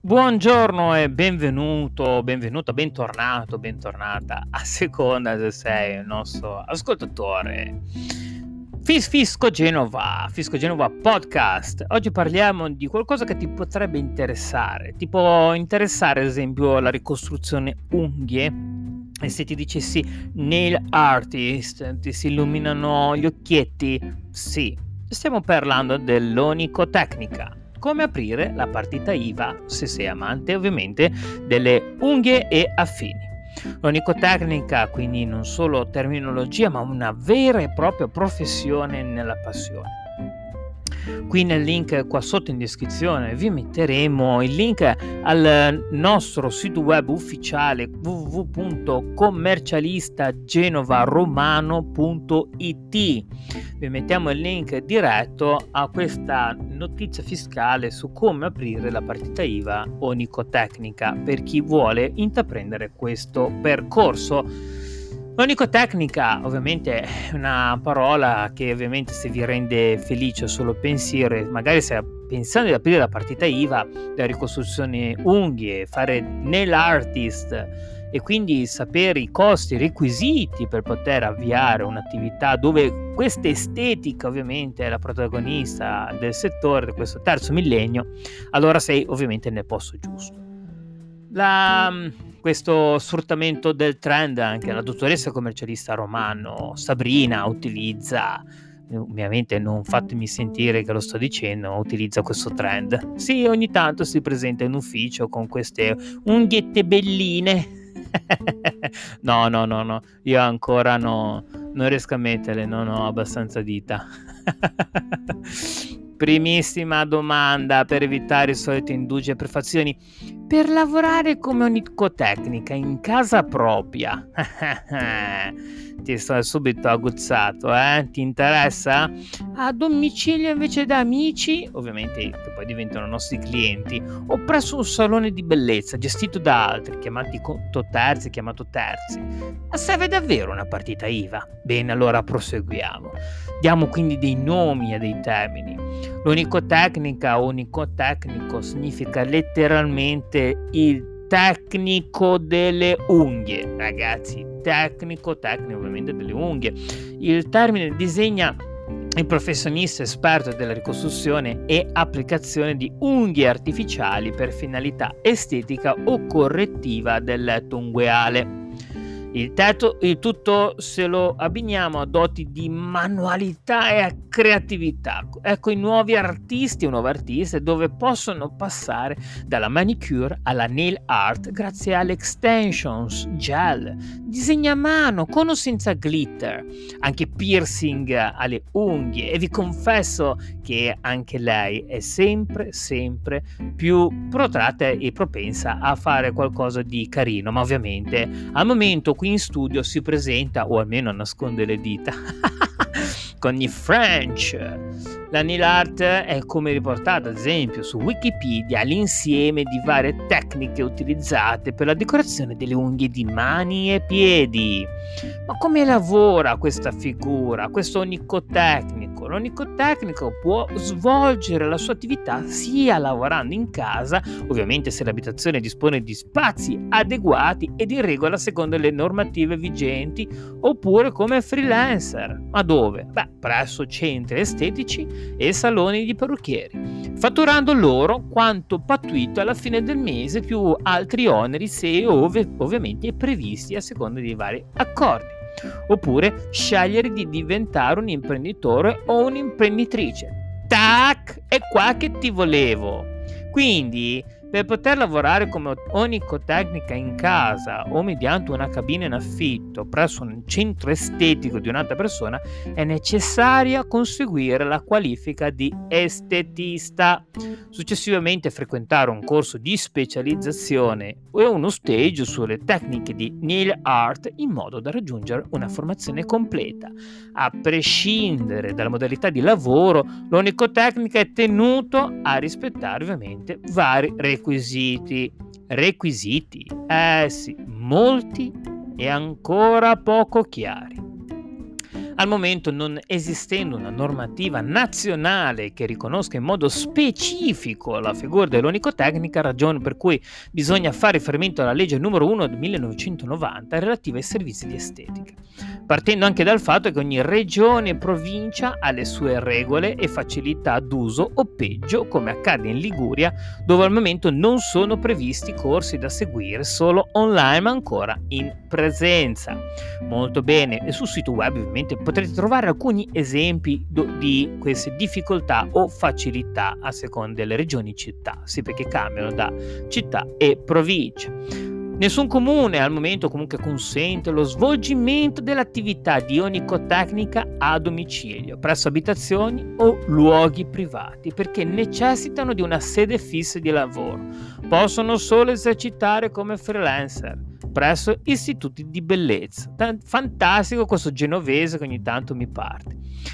Buongiorno e benvenuta, bentornata a seconda se sei il nostro ascoltatore. Fisco Genova Podcast. Oggi parliamo di qualcosa che ti potrebbe interessare. Ti può interessare ad esempio la ricostruzione unghie? E se ti dicessi nail artist, ti si illuminano gli occhietti? Sì, stiamo parlando dell'onicotecnica. Come aprire la partita IVA, se sei amante ovviamente, delle unghie e affini. L'onicotecnica, quindi non solo terminologia, ma una vera e propria professione nella passione. Qui nel link qua sotto in descrizione vi metteremo il link al nostro sito web ufficiale www.commercialistagenovaromano.it. Vi mettiamo il link diretto a questa notizia fiscale su come aprire la partita IVA onicotecnica per chi vuole intraprendere questo percorso. L'onicotecnica ovviamente è una parola che ovviamente se vi rende felice solo pensiero, magari stai pensando di aprire la partita IVA, la ricostruzione unghie, fare nail artist e quindi sapere i costi, i requisiti per poter avviare un'attività dove questa estetica ovviamente è la protagonista del settore di questo terzo millennio, allora sei ovviamente nel posto giusto. Questo sfruttamento del trend anche la dottoressa commercialista Romano Sabrina utilizza, ovviamente non fatemi sentire che lo sto dicendo, utilizza questo trend. Sì, ogni tanto si presenta in ufficio con queste unghiette belline. No, io ancora non riesco a metterle, non ho abbastanza dita. Primissima domanda per evitare solite indugi e prefazioni. Per lavorare come onicotecnica in casa propria, ti sto subito aguzzato, ti interessa? A domicilio invece da amici, ovviamente che poi diventano nostri clienti, o presso un salone di bellezza gestito da altri, chiamato terzi. Ma serve davvero una partita IVA? Bene, allora proseguiamo. Diamo quindi dei nomi e dei termini. L'onicotecnica o onicotecnico significa letteralmente il tecnico delle unghie, ragazzi, tecnico ovviamente delle unghie. Il termine disegna il professionista esperto della ricostruzione e applicazione di unghie artificiali per finalità estetica o correttiva del letto ungueale. Il tutto se lo abbiniamo a doti di manualità e a creatività. Ecco i nuovi artisti o nuove artiste dove possono passare dalla manicure alla nail art grazie alle extensions, gel, disegno a mano con o senza glitter, anche piercing alle unghie, e vi confesso che anche lei è sempre più protratta e propensa a fare qualcosa di carino, ma ovviamente al momento qui in studio si presenta, o almeno nasconde le dita, con i French. La nail art è, come riportato ad esempio su Wikipedia, l'insieme di varie tecniche utilizzate per la decorazione delle unghie di mani e piedi. Ma come lavora questa figura, questo onicotecnico? L'onicotecnico può svolgere la sua attività sia lavorando in casa, ovviamente se l'abitazione dispone di spazi adeguati ed in regola secondo le normative vigenti, oppure come freelancer. Ma dove? Presso centri estetici e saloni di parrucchieri, fatturando loro quanto pattuito alla fine del mese più altri oneri se ovviamente previsti a seconda dei vari accordi. Oppure scegliere di diventare un imprenditore o un'imprenditrice. Tac! È qua che ti volevo! Quindi, per poter lavorare come onicotecnica in casa o mediante una cabina in affitto presso un centro estetico di un'altra persona, è necessaria conseguire la qualifica di estetista. Successivamente frequentare un corso di specializzazione o uno stage sulle tecniche di nail art in modo da raggiungere una formazione completa. A prescindere dalla modalità di lavoro, l'onicotecnica è tenuto a rispettare ovviamente vari requisiti, sì, molti e ancora poco chiari. Al momento, non esistendo una normativa nazionale che riconosca in modo specifico la figura dell'onicotecnica, ragione per cui bisogna fare riferimento alla legge numero 1 del 1990 relativa ai servizi di estetica, partendo anche dal fatto che ogni regione e provincia ha le sue regole e facilità d'uso, o peggio, come accade in Liguria, dove al momento non sono previsti corsi da seguire solo online ma ancora in presenza. Molto bene, e sul sito web ovviamente potrete trovare alcuni esempi di queste difficoltà o facilità a seconda delle regioni e città, sì, perché cambiano da città e provincia. Nessun comune al momento comunque consente lo svolgimento dell'attività di onicotecnica a domicilio, presso abitazioni o luoghi privati, perché necessitano di una sede fissa di lavoro. Possono solo esercitare come freelancer presso istituti di bellezza. Fantastico questo genovese che ogni tanto mi parte.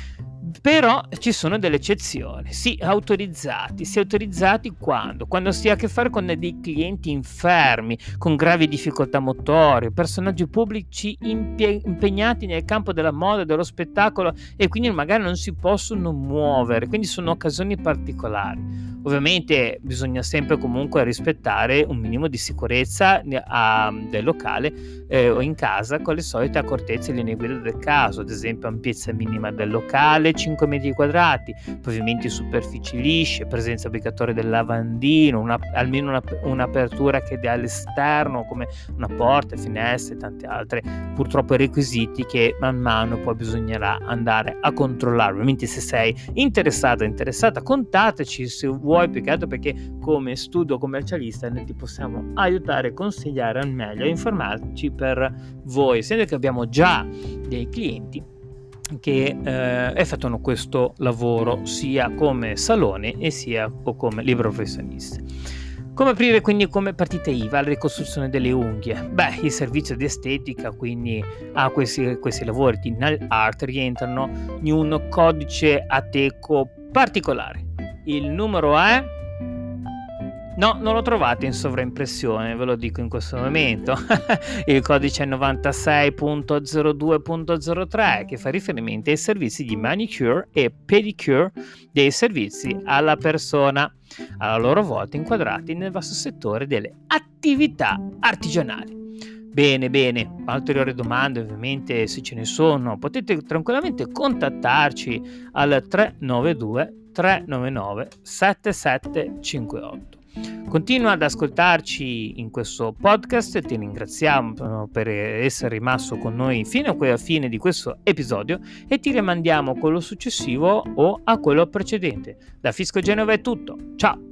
Però ci sono delle eccezioni. Si autorizzati quando? Quando si ha a che fare con dei clienti infermi, con gravi difficoltà motorie, personaggi pubblici impegnati nel campo della moda e dello spettacolo e quindi magari non si possono muovere, quindi sono occasioni particolari. Ovviamente bisogna sempre comunque rispettare un minimo di sicurezza del locale o in casa, con le solite accortezze e linee guida del caso, ad esempio ampiezza minima del locale 5 metri quadrati, pavimenti e superfici lisce, presenza obbligatoria del lavandino, almeno un'apertura che dia all'esterno come una porta, finestre e tante altre purtroppo requisiti che man mano poi bisognerà andare a controllare. Ovviamente se sei interessata, contattaci se vuoi, più che altro perché come studio commercialista noi ti possiamo aiutare, consigliare al meglio e informarci per voi, essendo che abbiamo già dei clienti che effettuano questo lavoro sia come salone e sia o come libero professionista. Come aprire quindi come partita IVA la ricostruzione delle unghie? Il servizio di estetica quindi a questi lavori di nail art rientrano in un codice Ateco particolare. Il numero è... No, non lo trovate in sovraimpressione, ve lo dico in questo momento. Il codice è 96.02.03 che fa riferimento ai servizi di manicure e pedicure dei servizi alla persona, a loro volta inquadrati nel vasto settore delle attività artigianali. Bene, ulteriori domande ovviamente se ce ne sono potete tranquillamente contattarci al 392 399 7758. Continua ad ascoltarci in questo podcast, ti ringraziamo per essere rimasto con noi fino a fine di questo episodio e ti rimandiamo a quello successivo o a quello precedente. Da Fisco Genova è tutto, ciao!